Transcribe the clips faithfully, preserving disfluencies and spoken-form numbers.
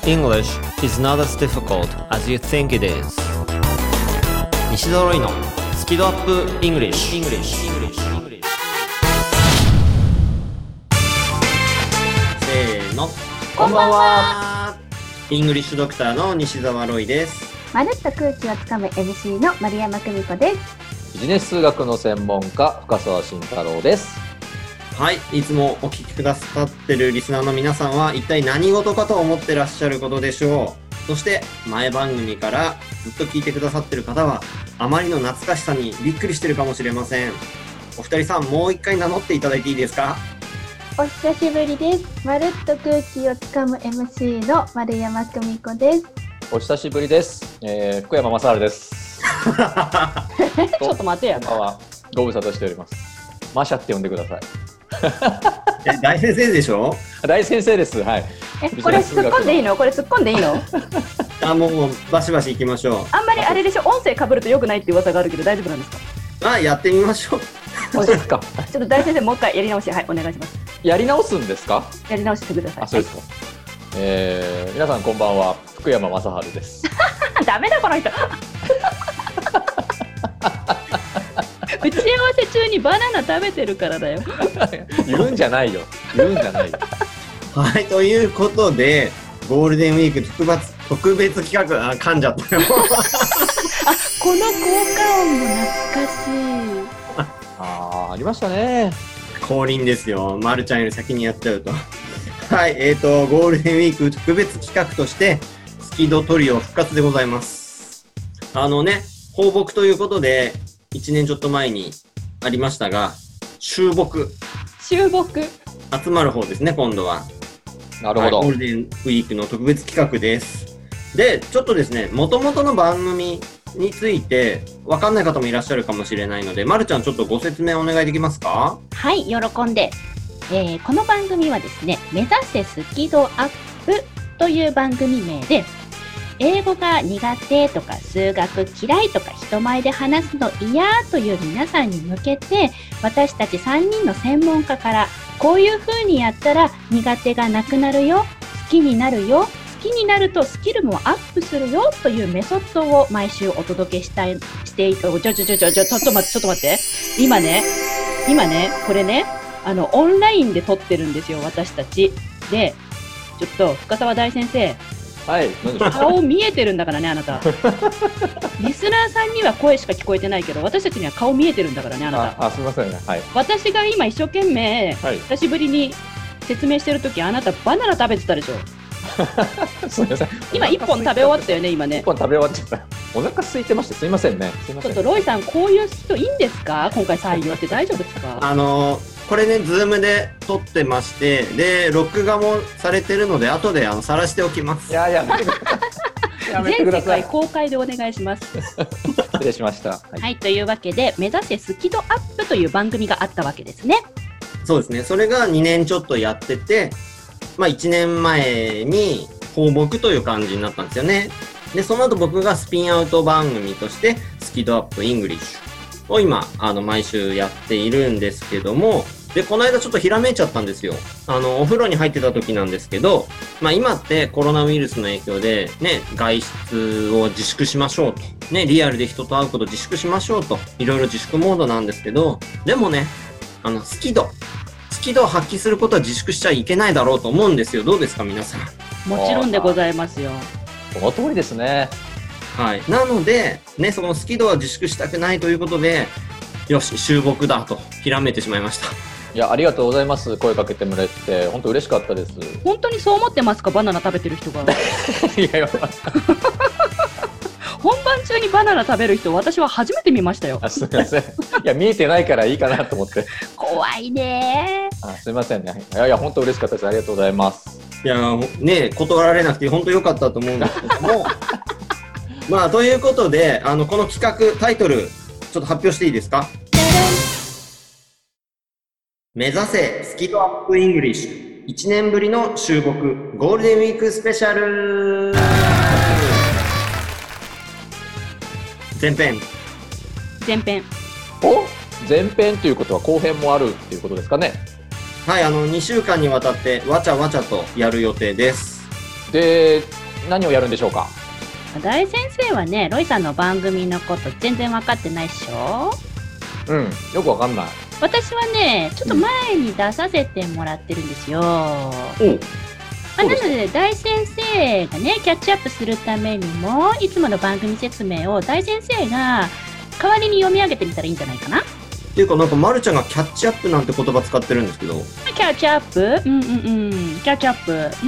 English is not as difficult as you think it is. 西澤ロイのスキドアップ English. English. English. English. せーの。 こんばんは。 イングリッシュドクターの西澤ロイです。 まるっと空気をつかむ エムシー の丸山久美子です。 ビジネス数学の専門家深澤慎太郎です。 はい、いつもお聞きくださってるリスナーの皆さんは一体何事かと思ってらっしゃることでしょう。そして前番組からずっと聞いてくださってる方はあまりの懐かしさにびっくりしてるかもしれません。お二人さん、もう一回名乗っていただいていいですか？ お久しぶりです。まるっと空気をつかむ エムシー の丸山久美子です。 お久しぶりです。えー、福山雅治です。 ちょっと待てや。 こんばんは。ご無沙汰しております。マシャって呼んでください。 え、大先生でしょ？ 大先生です。はい。 え、これ突っ込んでいいの？これ突っ込んでいいの？ あ、もうバシバシいきましょう。 あんまりあれでしょ、音声被ると良くないって噂があるけど大丈夫なんですか？ あ、やってみましょう。 そうですか。 ちょっと大先生もう一回やり直し、はい、お願いします。 やり直すんですか？ やり直してください。 あ、そうですか。はい、えー、皆さんこんばんは。福山雅治です。 ダメだこの人。打ち合わせ中にバナナ食べてるからだよ。 言うんじゃないよ。言うんじゃないよ。 はい、ということでゴールデンウィーク特別特別企画、あ、噛んじゃったよ。あ、 この効果音も懐かしい。 あー、ありましたね。 降臨ですよ。まるちゃんより先にやっちゃうと。はい、えーとゴールデンウィーク特別企画としてスキドトリオ復活でございます。あのね、放牧ということでいちねんちょっと前にありましたが、集牧集牧集まる方ですね、今度は。 なるほど、 はい、ゴールデンウィークの特別企画です。で、ちょっとですね、元々の番組について分かんない方もいらっしゃるかもしれないので、まるちゃんちょっとご説明お願いできますか？ はい、喜んで、えー、この番組はですね、目指せスキドアップという番組名で、英語が苦手とか数学嫌いとか人前で話すの嫌という皆さんに向けて、私たちさんにんの専門家からこういう風にやったら苦手がなくなるよ、好きになるよ、好きになるとスキルもアップするよというメソッドを毎週お届けしたいしていて、ちょちょちょちょちょちょっと待ってちょっと待って今ね今ねこれね、あのオンラインで撮ってるんですよ、私たちで。ちょっと深澤大先生、 はい、 顔見えてるんだからね、あなた。リスナーさんには声しか聞こえてないけど、私たちには顔見えてるんだからね、あなた。 ああ、すみませんね。はい。 私が今一生懸命、はい、久しぶりに説明してるとき、あなたバナナ食べてたでしょ。 すみません。 今一本食べ終わったよね、今ね。 一本食べ終わっちゃった。お腹空いてまして、すみませんね。すみません。 ちょっとロイさん、こういう人いいんですか？今回採用して大丈夫ですか？ あのーこれね、ズームで撮ってまして、で、録画もされてるので、後であの晒しておきます。 いや、やめてください。やめてください。 全世界公開でお願いします。 失礼しました。はい、 はい、というわけで、目指せスキドアップという番組があったわけですね。 そうですね。それがにねんちょっとやってて、まあいちねんまえに放牧という感じになったんですよね。で、その後僕がスピンアウト番組として、スキドアップイングリッシュを今、あの、毎週やっているんですけども、で、この間ちょっとひらめいちゃったんですよ。あの、お風呂に入ってた時なんですけど、まあ今ってコロナウイルスの影響でね、外出を自粛しましょうと。ね、リアルで人と会うこと自粛しましょうと。いろいろ自粛モードなんですけど、でもね、あの、スキド。スキドを発揮することは自粛しちゃいけないだろうと思うんですよ。どうですか、皆さん。 もちろんでございますよ。 その通りですね。 はい。なので、ね、そのスキドは自粛したくないということで、よし、集牧だと、ひらめいてしまいました。 いや、ありがとうございます。声かけてもらえて、本当嬉しかったです。 本当にそう思ってますか？バナナ食べてる人が。 いやいや。 本番中にバナナ食べる人、私は初めて見ましたよ。 あ、すみません。いや、見えてないからいいかなと思って。 怖いね。 あ、すみませんね。いやいや、本当嬉しかったです。ありがとうございます。 いや、ね、断られなくて本当良かったと思うんですけども。まあ、ということで、あの、この企画、タイトル、ちょっと発表していいですか？目指せスキドアップイングリッシュいちねんぶりの集牧ゴールデンウィークスペシャル前編前編お前編ということは後編もあるっていうことですかね？ はい、あのにしゅうかんにわたってわちゃわちゃとやる予定です。 で何をやるんでしょうか。 大先生はね、ロイさんの番組のこと全然分かってないっしょ。 うん、よくわかんない。 私はね、ちょっと前に出させてもらってるんですよ。 おう、 まあ、なので大先生がねキャッチアップするためにもいつもの番組説明を大先生が代わりに読み上げてみたらいいんじゃないかな。 っていうかなんかまるちゃんがキャッチアップなんて言葉使ってるんですけど、 キャッチアップ、うんうんうん、キャッチアップ、うん、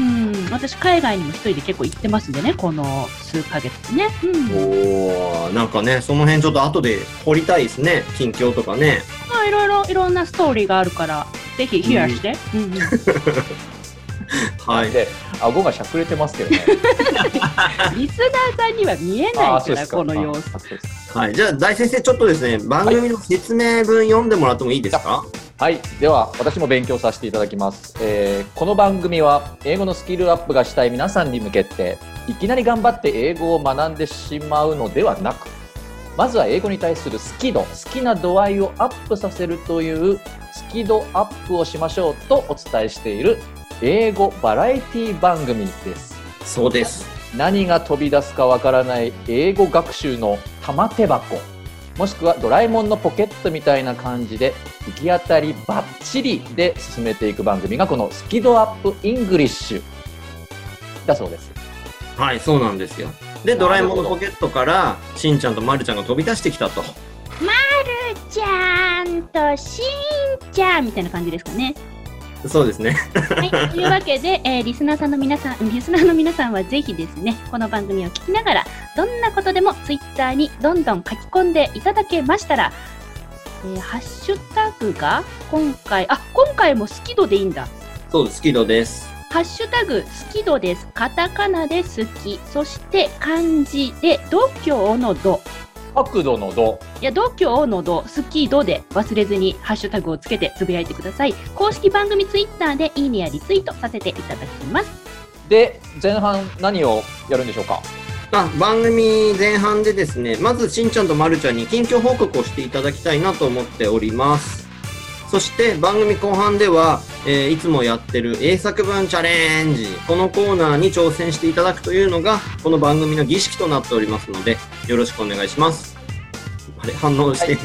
私海外にも一人で結構行ってますんでね、この数ヶ月ね、うん、 おー、なんかねその辺ちょっと後で掘りたいですね、近況とかね。 まあいろいろいろんなストーリーがあるからぜひヒアして、うんうんうんはい。 で、顎がしゃくれてますけどね。 リスナーさんには見えないからこの様子。 はい、じゃあ大先生ちょっとですね番組の説明文読んでもらってもいいですか。 はい、では私も勉強させていただきます、えー、この番組は英語のスキルアップがしたい皆さんに向けていきなり頑張って英語を学んでしまうのではなく、まずは英語に対する好き度、好きな度合いをアップさせるという好き度アップをしましょうとお伝えしている英語バラエティ番組です。 そうです。 何が飛び出すかわからない英語学習の玉手箱、もしくはドラえもんのポケットみたいな感じで行き当たりバッチリで進めていく番組がこのスキドアップイングリッシュだそうです。 はい、そうなんですよ。でドラえもんのポケットからしんちゃんとまるちゃんが飛び出してきたと。 まるちゃんとしんちゃんみたいな感じですかね。 そうですね。 はい、というわけで、えー、リスナーさんの皆さん、リスナーの皆さんはぜひですね、この番組を聞きながら、どんなことでもツイッターにどんどん書き込んでいただけましたら、えー、ハッシュタグが今回、あ、今回も好き度でいいんだ。 そうです、好き度です。 ハッシュタグ好き度です。カタカナで好き、そして漢字で度胸の度。 角度の度。 いや、度胸の度、好き度で忘れずにハッシュタグをつけてつぶやいてください。公式番組ツイッターでいいねやリツイートさせていただきます。 で、前半何をやるんでしょうか。 あ、番組前半でですね、まずしんちゃんとまるちゃんに近況報告をしていただきたいなと思っております。そして番組後半では、えー、いつもやってる英作文チャレンジ、このコーナーに挑戦していただくというのがこの番組の儀式となっておりますので、よろしくお願いします。あれ、反応して、はい、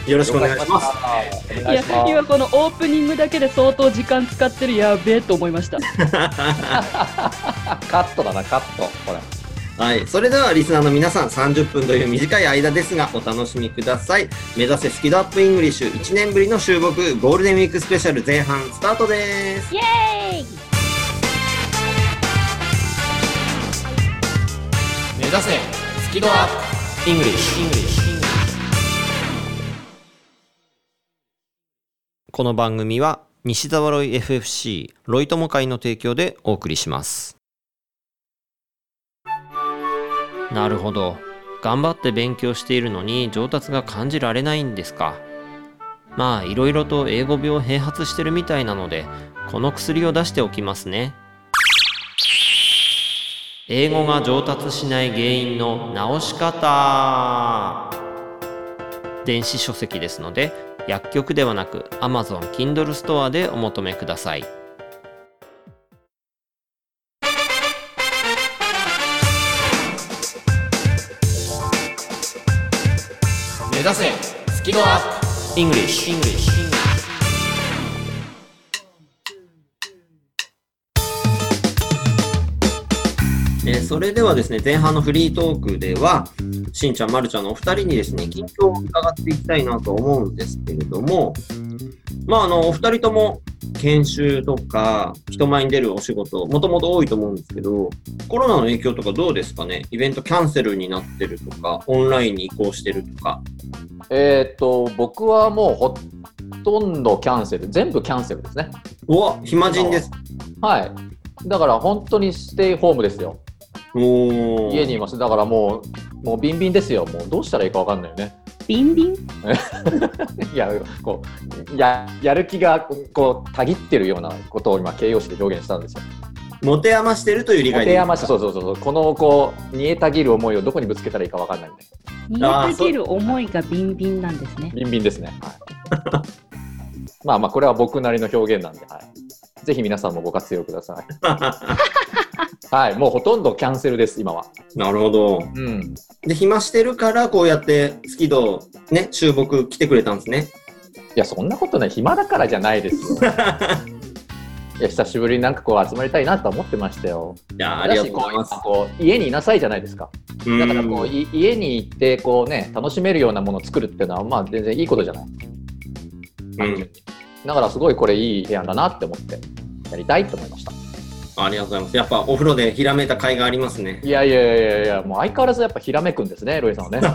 よろしくお願いします。 いや、今このオープニングだけで相当時間使ってる、やべえと思いました。 カットだな、カット。ほら。 はい、それではリスナーの皆さん、さんじゅっぷんという短い間ですがお楽しみください。目指せスキドアップイングリッシュいちねんぶりの収録ゴールデンウィークスペシャル前半スタートです。 イエーイ。 目指せスキドアップイングリッシュ。 この番組は西澤ロイ エフエフシー ロイ友会の提供でお送りします。なるほど。頑張って勉強しているのに上達が感じられないんですか。まあいろいろと英語病併発してるみたいなので、この薬を出しておきますね。英語が上達しない原因の治し方。電子書籍ですので、薬局ではなく Amazon Kindle ストアでお求めください。 目指せスキドアップイングリッシュ。 えー、それではですね、前半のフリートークではしんちゃん、まるちゃんのお二人にですね、近況を伺っていきたいなと思うんですけれども、まああのお二人とも研修とか人前に出るお仕事もともと多いと思うんですけど、コロナの影響とかどうですかね。イベントキャンセルになってるとか、オンラインに移行してるとか。 えー、っと僕はもうほとんどキャンセル、全部キャンセルですね。 うわ、暇人です。 はい、だから本当にステイホームですよ。 お家にいます。だからもうもうビンビンですよ。もうどうしたらいいか分かんないよね。 ビンビンいや、こう や, やる気がこうたぎってるようなことを今形容詞で表現したんですよ。 持て余してるという理解でいいですか。 持て余し、そうそうそう、このこう煮えたぎる思いをどこにぶつけたらいいか分かんないんで。 煮えたぎる思いがビンビンなんですね。 ビンビンですね。はい、まあまあこれは僕なりの表現なんで、はい、ぜひ皆さんもご活用ください。 はい、もうほとんどキャンセルです、今は。 なるほど。 うん。 で、暇してるから、こうやってスキドね、注目来てくれたんですね。 いや、そんなことない。暇だからじゃないですよ。いや、久しぶりになんかこう集まりたいなと思ってましたよ。 いや、ありがとうございます。 こう家にいなさいじゃないですか。だからこうい家に行ってこうね、楽しめるようなものを作るっていうのはまあ全然いいことじゃない。うん、だからすごいこれいい部屋だなって思ってやりたいと思いました。 ありがとうございます。やっぱお風呂でひらめいた甲斐がありますね。 いやいやいやいや、もう相変わらずやっぱひらめくんですね、ロイさんはね。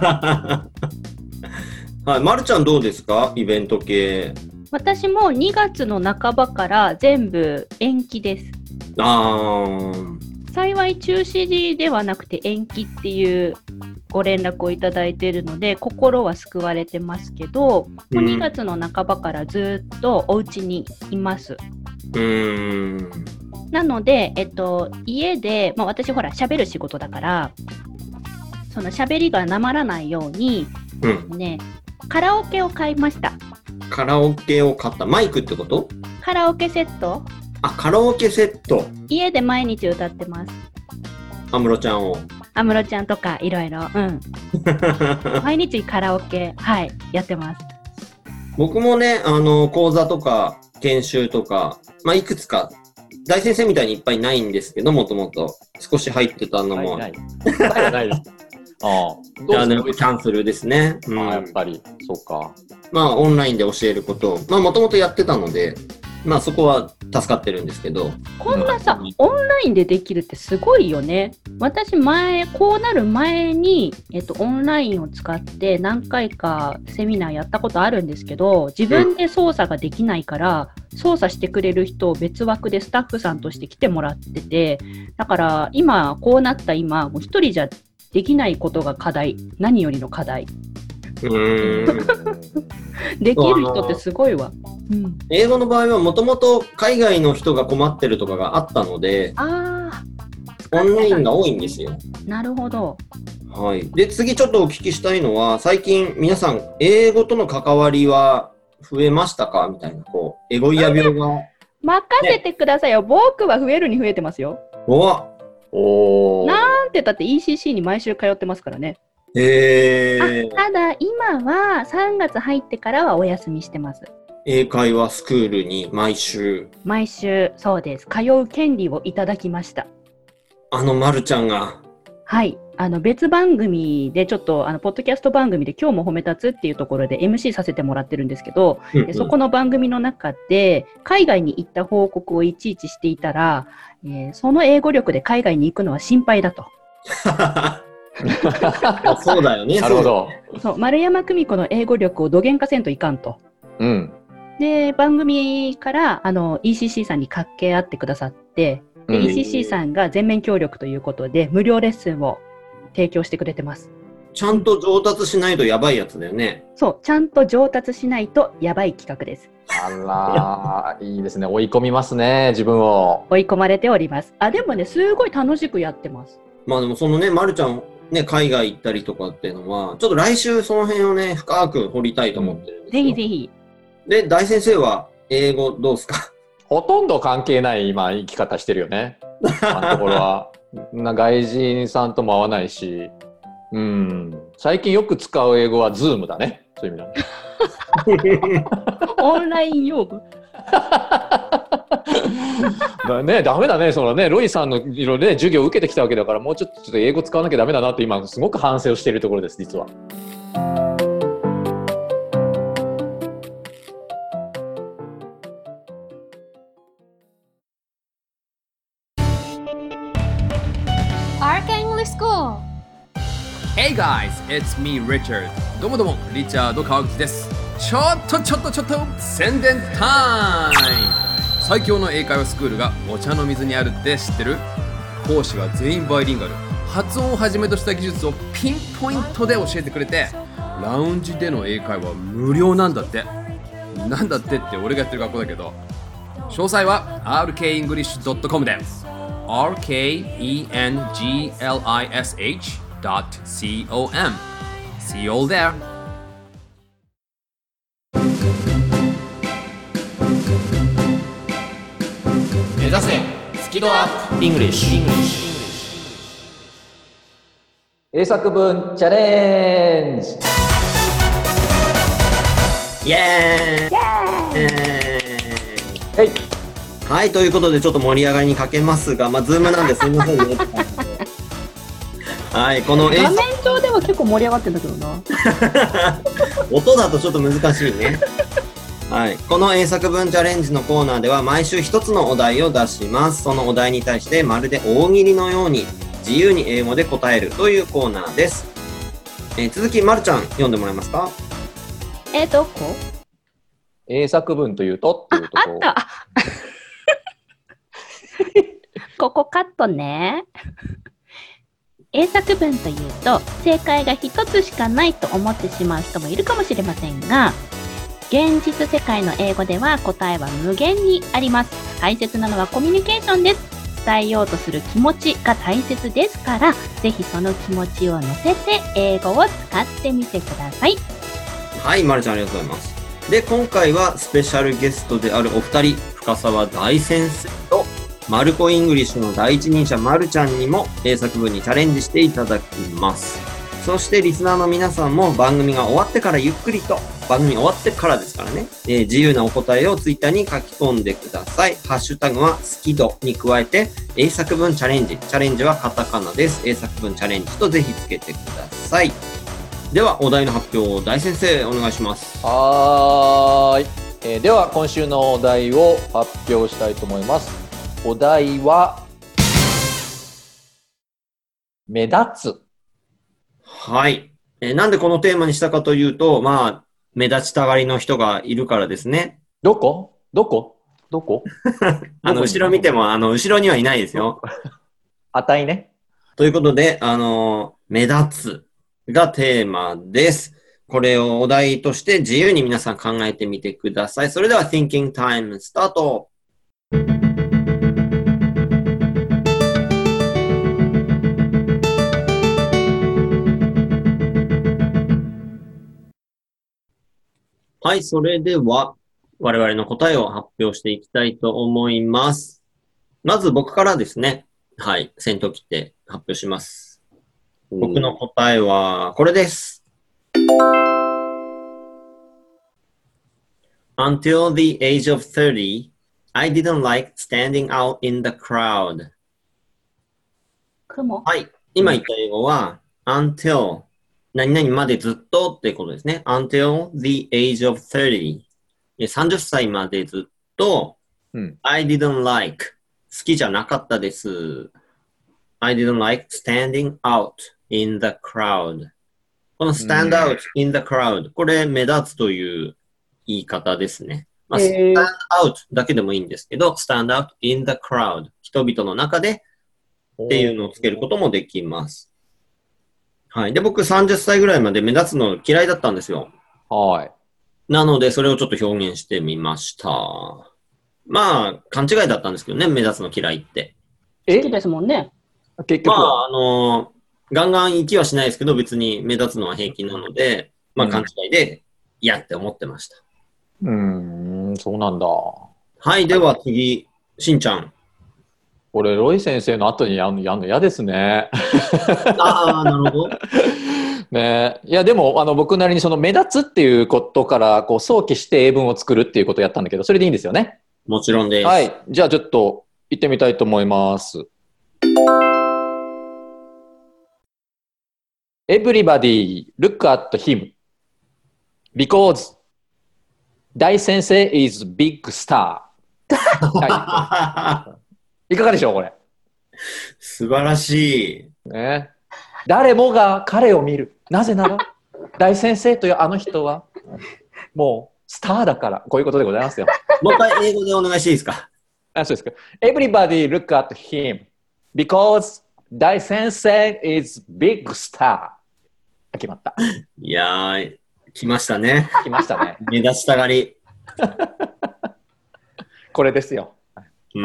はい、まるちゃんどうですか、イベント系。 私もにがつの半ばから全部延期です。 あー。 幸い中止ではなくて延期っていうご連絡をいただいているので、心は救われてますけど、うん、にがつの半ばからずっとお家にいます。 うーん。 なので、えっと、家で、まあ、私ほら喋る仕事だから、その喋りがなまらないように、うん、ね、カラオケを買いました。 カラオケを買った。マイクってこと？ カラオケセット。 あ、カラオケセット。 家で毎日歌ってます。 安室ちゃんを。 安室ちゃんとかいろいろ。うん。毎日カラオケ、はい、やってます。 僕もね、あの、講座とか研修とか、まあ、いくつか、大先生みたいにいっぱいないんですけど、もともと。少し入ってたのも。 ない。ないないです。ああ。 どうですか？キャンセルですね。 うん、ああ、やっぱり。そうか。 まあ、オンラインで教えることを、まあ、もともとやってたので、まあそこは助かってるんですけど。 こんなさ、オンラインでできるってすごいよね。私前、こうなる前に、えっと、オンラインを使って何回かセミナーやったことあるんですけど、自分で操作ができないから、うん、操作してくれる人を別枠でスタッフさんとして来てもらってて、だから今、こうなった今、もう一人じゃできないことが課題。何よりの課題。 うーんできる人ってすごいわ。うん、 英語の場合はもともと海外の人が困ってるとかがあったので、 あオンラインが多いんですよ。 なるほど。 はい。で、次ちょっとお聞きしたいのは、最近皆さん英語との関わりは増えましたかみたいな、こう、エゴイア病が。 任せてくださいよ。ね、僕は増えるに増えてますよ。 おおなんてだって イーシーシー に毎週通ってますからね。 へー。 ただ今はさんがつ入ってからはお休みしてます。 英会話スクールに毎週毎週そうです。通う権利をいただきました。 あのまるちゃんが。 はい、あの別番組でちょっとあのポッドキャスト番組で今日も褒め立つっていうところで エムシー させてもらってるんですけど、うんうん、そこの番組の中で海外に行った報告をいちいちしていたら、えー、その英語力で海外に行くのは心配だと。 そうだよね。 なるほど。 そう、丸山久美子の英語力をどげんかせんといかんと。 うん。 で、番組からあの イーシーシー さんに掛け合ってくださって、で、うん、イーシーシー さんが全面協力ということで無料レッスンを提供してくれてます。 ちゃんと上達しないとやばいやつだよね。 そう、ちゃんと上達しないとやばい企画です。 あら、いいですね。追い込みますね、自分を。 追い込まれております。あ、でもね、すごい楽しくやってます。 まあでもそのね、まるちゃんね、海外行ったりとかっていうのは、ちょっと来週その辺をね、深く掘りたいと思ってるんですよ。 ぜひぜひ。 で、大先生は英語どうですか？ ほとんど関係ない今生き方してるよね。あのところは。な外人さんとも会わないし、うん。最近よく使う英語は Zoom だね。そういう意味だね。 オンライン用語。 だね、ダメだね。そのね、ロイさんのいろいろね、授業を受けてきたわけだから、もうちょっとちょっと英語使わなきゃダメだなって今すごく反省をしているところです、実は。 Hey guys, it's me, Richard. どうもどうも、リチャード川口です。ちょっとちょっとちょっと宣伝タイム。最強の英会話スクールがお茶の水にあるって知ってる？講師は全員バイリンガル。発音をはじめとした技術をピンポイントで教えてくれて、ラウンジでの英会話無料なんだって。なんだってって俺がやってる学校だけど。詳細は アールケーイングリッシュドットコム で アールケーイーエヌジーエルアイエスエイチドットコム See you all there. 目指せスキキドアップイングリッシュ。 英作文チャレンジ。 イエーイはい。 はい、ということでちょっと盛り上がりに欠けますが、まあ、ズームなんですいませんね。はい、この画面上では結構盛り上がってんだけどな。 音だとちょっと難しいね。はい、この英作文チャレンジのコーナーでは毎週一つのお題を出します。そのお題に対してまるで大喜利のように自由に英語で答えるというコーナーです。えー、続き、まるちゃん読んでもらえますか？ えー、どこ？ 英作文というとっていうところ。 あった。ここカットね。英作文というと正解が一つしかないと思ってしまう人もいるかもしれませんが、現実世界の英語では答えは無限にあります。大切なのはコミュニケーションです。伝えようとする気持ちが大切ですから、ぜひその気持ちを乗せて英語を使ってみてください。 はい、まるちゃんありがとうございます。で、今回はスペシャルゲストであるお二人、深澤大先生とマルコイングリッシュの第一人者まるちゃんにも英作文にチャレンジしていただきます。そしてリスナーの皆さんも番組が終わってからゆっくりと、番組終わってからですからね、えー、自由なお答えをツイッターに書き込んでください。ハッシュタグはスキドに加えて英作文チャレンジ。チャレンジはカタカナです。英作文チャレンジとぜひつけてください。ではお題の発表、大先生お願いします。 はーい、えー、では今週のお題を発表したいと思います。お題は目立つ。 はい、えー、なんでこのテーマにしたかというと、まあ目立ちたがりの人がいるからですね。 どこどこどこあの後ろ見てもあの後ろにはいないですよ。 値ね。 ということで、あの目立つがテーマです。これをお題として自由に皆さん考えてみてください。それでは Thinking Time スタート。はい、それでは我々の答えを発表していきたいと思います。まず僕からですね。はい、先頭切って発表します。僕の答えはこれです。Until the age of thirty, I didn't like standing out in the crowd. 雲。 はい、今言った英語は until 何々までずっとってことですね。Until the age of thirty. さんじゅっさいまでずっと、 うん、 I didn't like 好きじゃなかったです。I didn't like standing out in the crowd. この stand out in the crowd、これ目立つという言い方ですね。まあ、stand out だけでもいいんですけど、stand out in the crowd。人々の中でっていうのをつけることもできます。はい。で、僕さんじゅっさいぐらいまで目立つの嫌いだったんですよ。 はい。 なので、それをちょっと表現してみました。まあ、勘違いだったんですけどね、目立つの嫌いって。 好きですもんね。 結局まあ、あの、ガンガン行きはしないですけど、別に目立つのは平気なので、まあ、勘違いで嫌って思ってました。 うーん、そうなんだ。 はい、では次、しんちゃん。 これ、ロイ先生の後にやるのやんの嫌ですね。 ああ、なるほど。 ね、いやでもあの僕なりにその目立つっていうことからこう想起して英文を作るっていうことをやったんだけど、それでいいんですよね。 もちろんです。 はい、じゃあちょっと行ってみたいと思います。Everybody look at him because 大先生 is big star 、はい、いかがでしょうこれ。 素晴らしい、ね、誰もが彼を見る。なぜなら大先生というあの人はもうスターだから。こういうことでございますよ。 もう一回英語でお願いしていいですか？ あ、そうですか。Everybody look at him because 大先生 is big star。決まった。 いやー、来ましたね。 来ましたね。 目立ちたがり。 これですよ。 うん。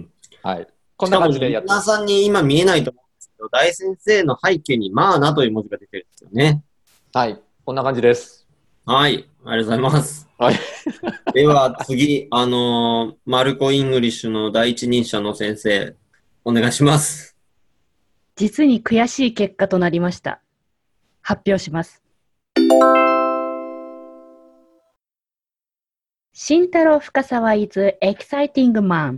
はい。こんな感じでやって皆さんに今見えないと思うんですけど、大先生の背景にまあなという文字が出てるんですよね。 はい。こんな感じです。 はい。ありがとうございます。 はい。 では次、あのーマルコ・イングリッシュの第一人者の先生、お願いします。 実に悔しい結果となりました。発表します。慎太郎深沢 is exciting man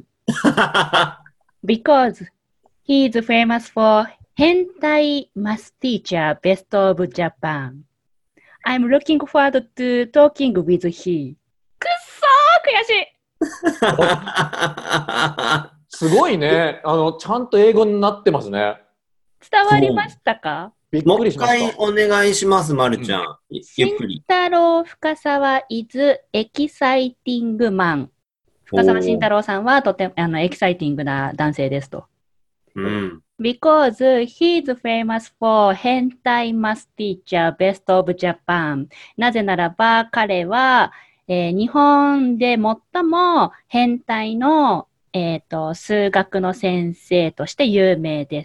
because he is famous for hentai math teacher best of Japan. I'm looking forward to talking with he. くっそー悔しいすごいね。あの、ちゃんと英語になってますね。 伝わりましたか？ びっもう一くりしました。 回お願いします、まるちゃん。 うんゆ慎っくり。 太郎深沢 is exciting man。深沢慎太郎さんはとてもあのエキサイティングな男性ですと。 うん。 Because he is famous for hentai math teacher best of Japan。なぜならば彼は、えー日本で最も変態の、えーと、数学の先生として有名です。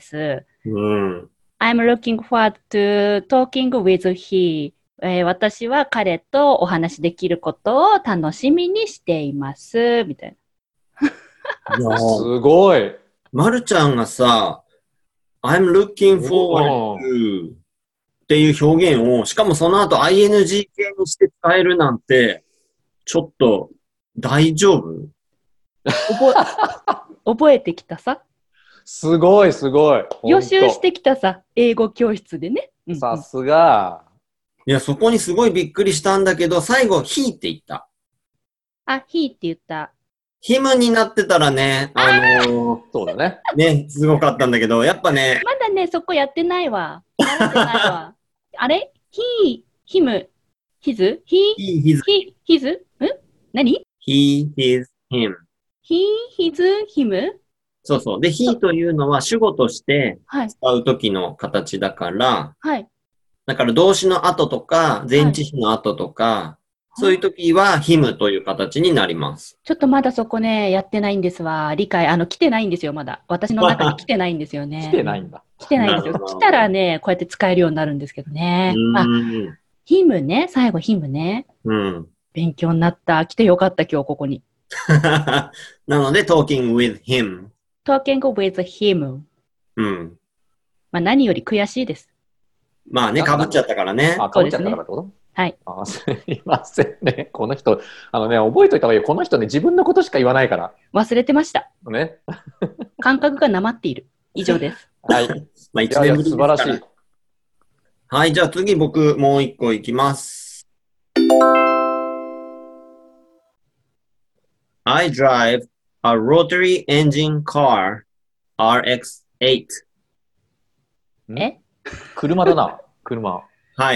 うん。 I'm looking forward to talking with he、えー私は彼とお話しできることを楽しみにしています。みたいな。 いやすーごい。 まるちゃんがさ、I'm looking forward to っていう表現を、しかもその後 アイエヌジー 形にして使えるなんて、ちょっと大丈夫？ 覚え覚えてきたさ。 すごい、すごい。 予習してきたさ。英語教室でね。うんうんさすが。 いや、そこにすごいびっくりしたんだけど、最後、he って言った。 あ、he って言った。 him になってたらね、あのそうだね。 ー、ね、すごかったんだけど、やっぱね、 まだね、そこやってないわ。やってないわ。あれ ?he, him, his, he, he, his, he, his? ん何 he, his, him。 ?he, his, him? そうそう。で、he というのは主語としてはい。 使うときの形だから、 はい。 だから動詞の後とか、前置詞の後とか、そういうときは him という形になります。 ちょっとまだそこね、やってないんですわ。理解、あの、来てないんですよ、まだ。私の中に来てないんですよね。 来てないんだ。 来てないんですよ。 なるほど来たらね、こうやって使えるようになるんですけどね。 うあ、 ーん。 him ね、最後 him ね。 うん。 勉強になった。来てよかった、今日ここに。 なので、talking with him。 talking with him。 うん。 まあ何より悔しいです。 まあね、被っちゃったからね。 あ、かぶっちゃったからってこと？ はい。 あ、すいませんね。この人、あのね、覚えといた方がいいよ。この人ね、自分のことしか言わないから。 忘れてました。 ね。 感覚がなまっている。以上です。 はい。いまあ、一やいや、 年ぶりですから。 素晴らしい。 はい、じゃあ次僕もう一個いきます。I drive a rotary engine car アールエックスエイト。 え車だな。車。 はい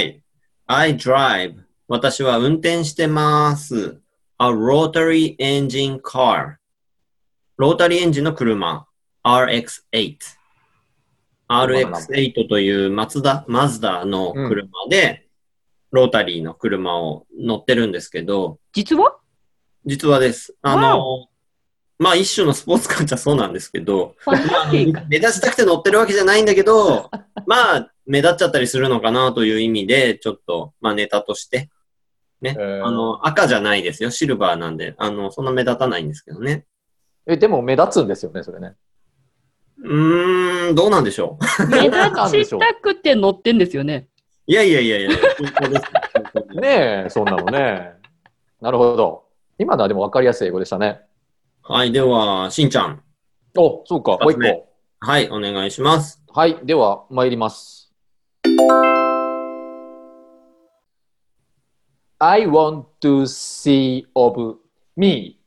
。I drive 私は運転してます。a rotary engine car ロータリーエンジンの車 アールエックスエイト。アールエックスエイト というマツダ、マズダの車で、ロータリーの車を乗ってるんですけど、 実は実はです。あの、まあ一種のスポーツカーじゃそうなんですけど、まあ、目立ちたくて乗ってるわけじゃないんだけど、まあ目立っちゃったりするのかなという意味で、ちょっと、まあネタとして、ね、 えーあの、赤じゃないですよ。シルバーなんで、あの、そんな目立たないんですけどね。 え、でも目立つんですよね、それね。 うーん、どうなんでしょう。 目立ちたくて乗ってんですよね。 いやいやいやいや、本当です本当にねえ、そんなのね。なるほど。今のはでも分かりやすい英語でしたね。 はい、では、しんちゃん。 お、そうか、もう一二つ目個。 はい、お願いします。 はい、では参ります。I want to see of me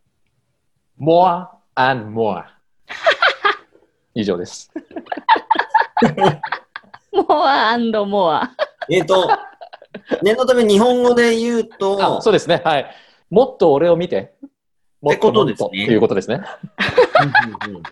more and more 以上です。 モアアンドモア。 えっ、と、念のため日本語で言うと、 あ、そうですね。はい。もっと俺を見て。もっともっとっていうことですね。 うんうんうん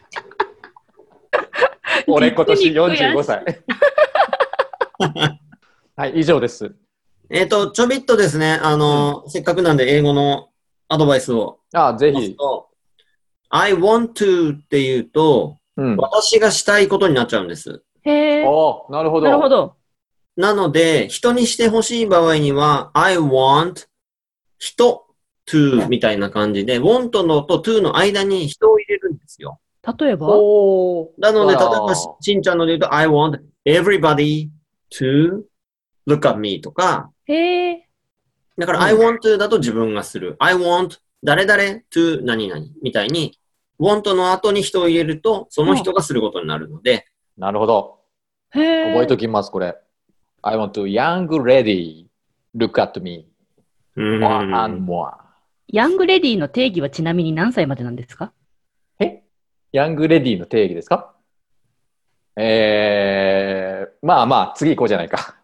俺今年よんじゅうご実に悔しいさい。はい、以上です。 えっ、と、ちょびっとですね、あの、せっかくなんで英語のアドバイスをあ、ぜひ。 しますと、I want to って言うと、 うん。 私がしたいことになっちゃうんです。 へえ。 お、なるほど。 なるほど。 なので、人にしてほしい場合には、I want 人 to みたいな感じで、want のと to の間に人を入れるんですよ。 例えばおなので、例えあーばし、しんちゃんので言うと、I want everybody to look at me とか、 へえ。 だから、 うん I want to だと自分がする。I want 誰々 to 何々みたいに、want の後に人を入れると、その人がすることになるので、 なるほど。 へえ。 覚えときます、これ。I want to young lady look at me. うん More and more. ヤングレディの定義はちなみに何歳までなんですか？ えヤングレディの定義ですか？えー、まあまあ、次行こうじゃないか。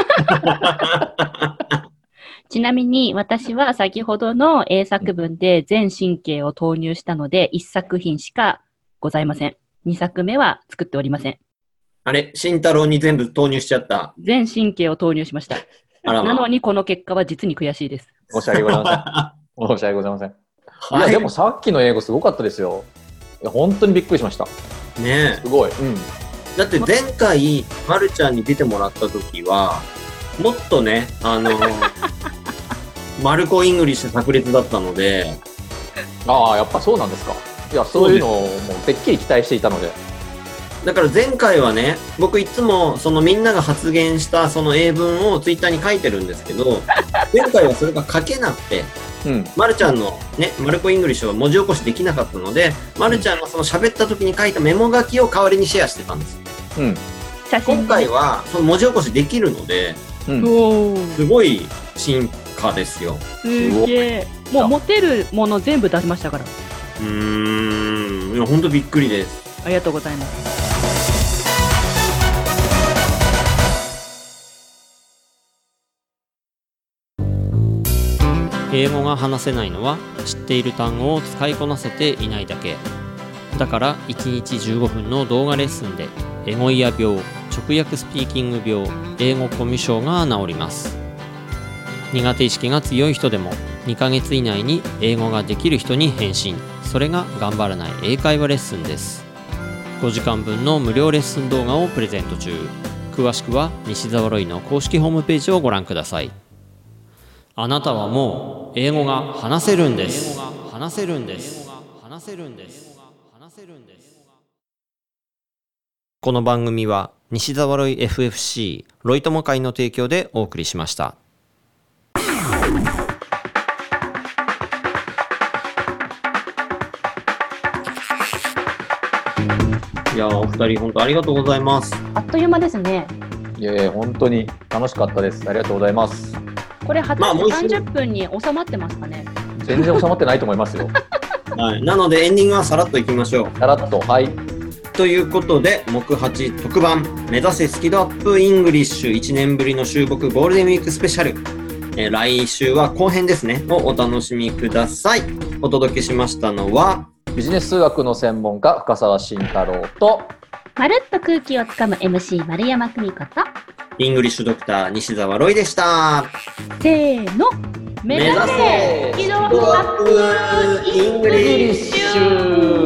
ちなみに私は先ほどの英作文で全神経を投入したのでいっさく品しかございません。にさくめは作っておりません。 あれ、慎太郎に全部投入しちゃった。 全神経を投入しました。 あらまなのにこの結果は実に悔しいです。 申し訳ございません。申し訳ございません。いや、 はいでもさっきの英語すごかったですよ。いや本当にびっくりしました。 ねすごい。うん。 え。だって前回、まるちゃんに出てもらった時は、もっとね、あの、マルコ・イングリッシュ炸裂だったので、 ああ、やっぱそうなんですか。いや、そういうのをもうてっきり期待していたので。 だから前回はね、僕いつもそのみんなが発言したその英文をツイッターに書いてるんですけど、前回はそれが書けなくて、 うん。 まるちゃんのね、マルコ・イングリッシュは文字起こしできなかったので、まるちゃんがその喋った時に書いたメモ書きを代わりにシェアしてたんです。 うん。 写真今回はその文字起こしできるので、 うん。 おーすごい進化ですよ。 すげえ。もう持てるもの全部出しましたから。 うーん、いや、ほんとびっくりです。 ありがとうございます。 英語が話せないのは知っている単語を使いこなせていないだけ。だからいちにちじゅうごふんの動画レッスンでエゴイヤ病、直訳スピーキング病、英語コミュ障が治ります。苦手意識が強い人でもにかげつ以内に英語ができる人に変身。それが頑張らない英会話レッスンです。ごじかんぶんの無料レッスン動画をプレゼント中。詳しくは西澤ロイの公式ホームページをご覧ください。あなたはもう英語が話せるんです。話せるんです。話せるんです。話せるんです。この番組は西澤ロイ エフエフシー ロイ友会の提供でお送りしました。 いやー、お二人本当ありがとうございます。 あっという間ですね。 いやいや、本当に楽しかったです。ありがとうございます。 これ果まあもう一たしてさんじゅっぷんに収まってますかね。 全然収まってないと思いますよ。 はい。なのでエンディングはさらっといきましょう。 さらっと、はい。 ということで、木八特番、目指せスキドアップイングリッシュいちねんぶりの収録ゴールデンウィークスペシャル。えー来週は後編ですね、をお楽しみください。お届けしましたのは、 ビジネス数学の専門家、深澤慎太郎と、 まるっと空気をつかむ エムシー 丸山久美子と、 イングリッシュドクター西澤ロイでした。 せーの、目指せスキドアップイングリッシュ。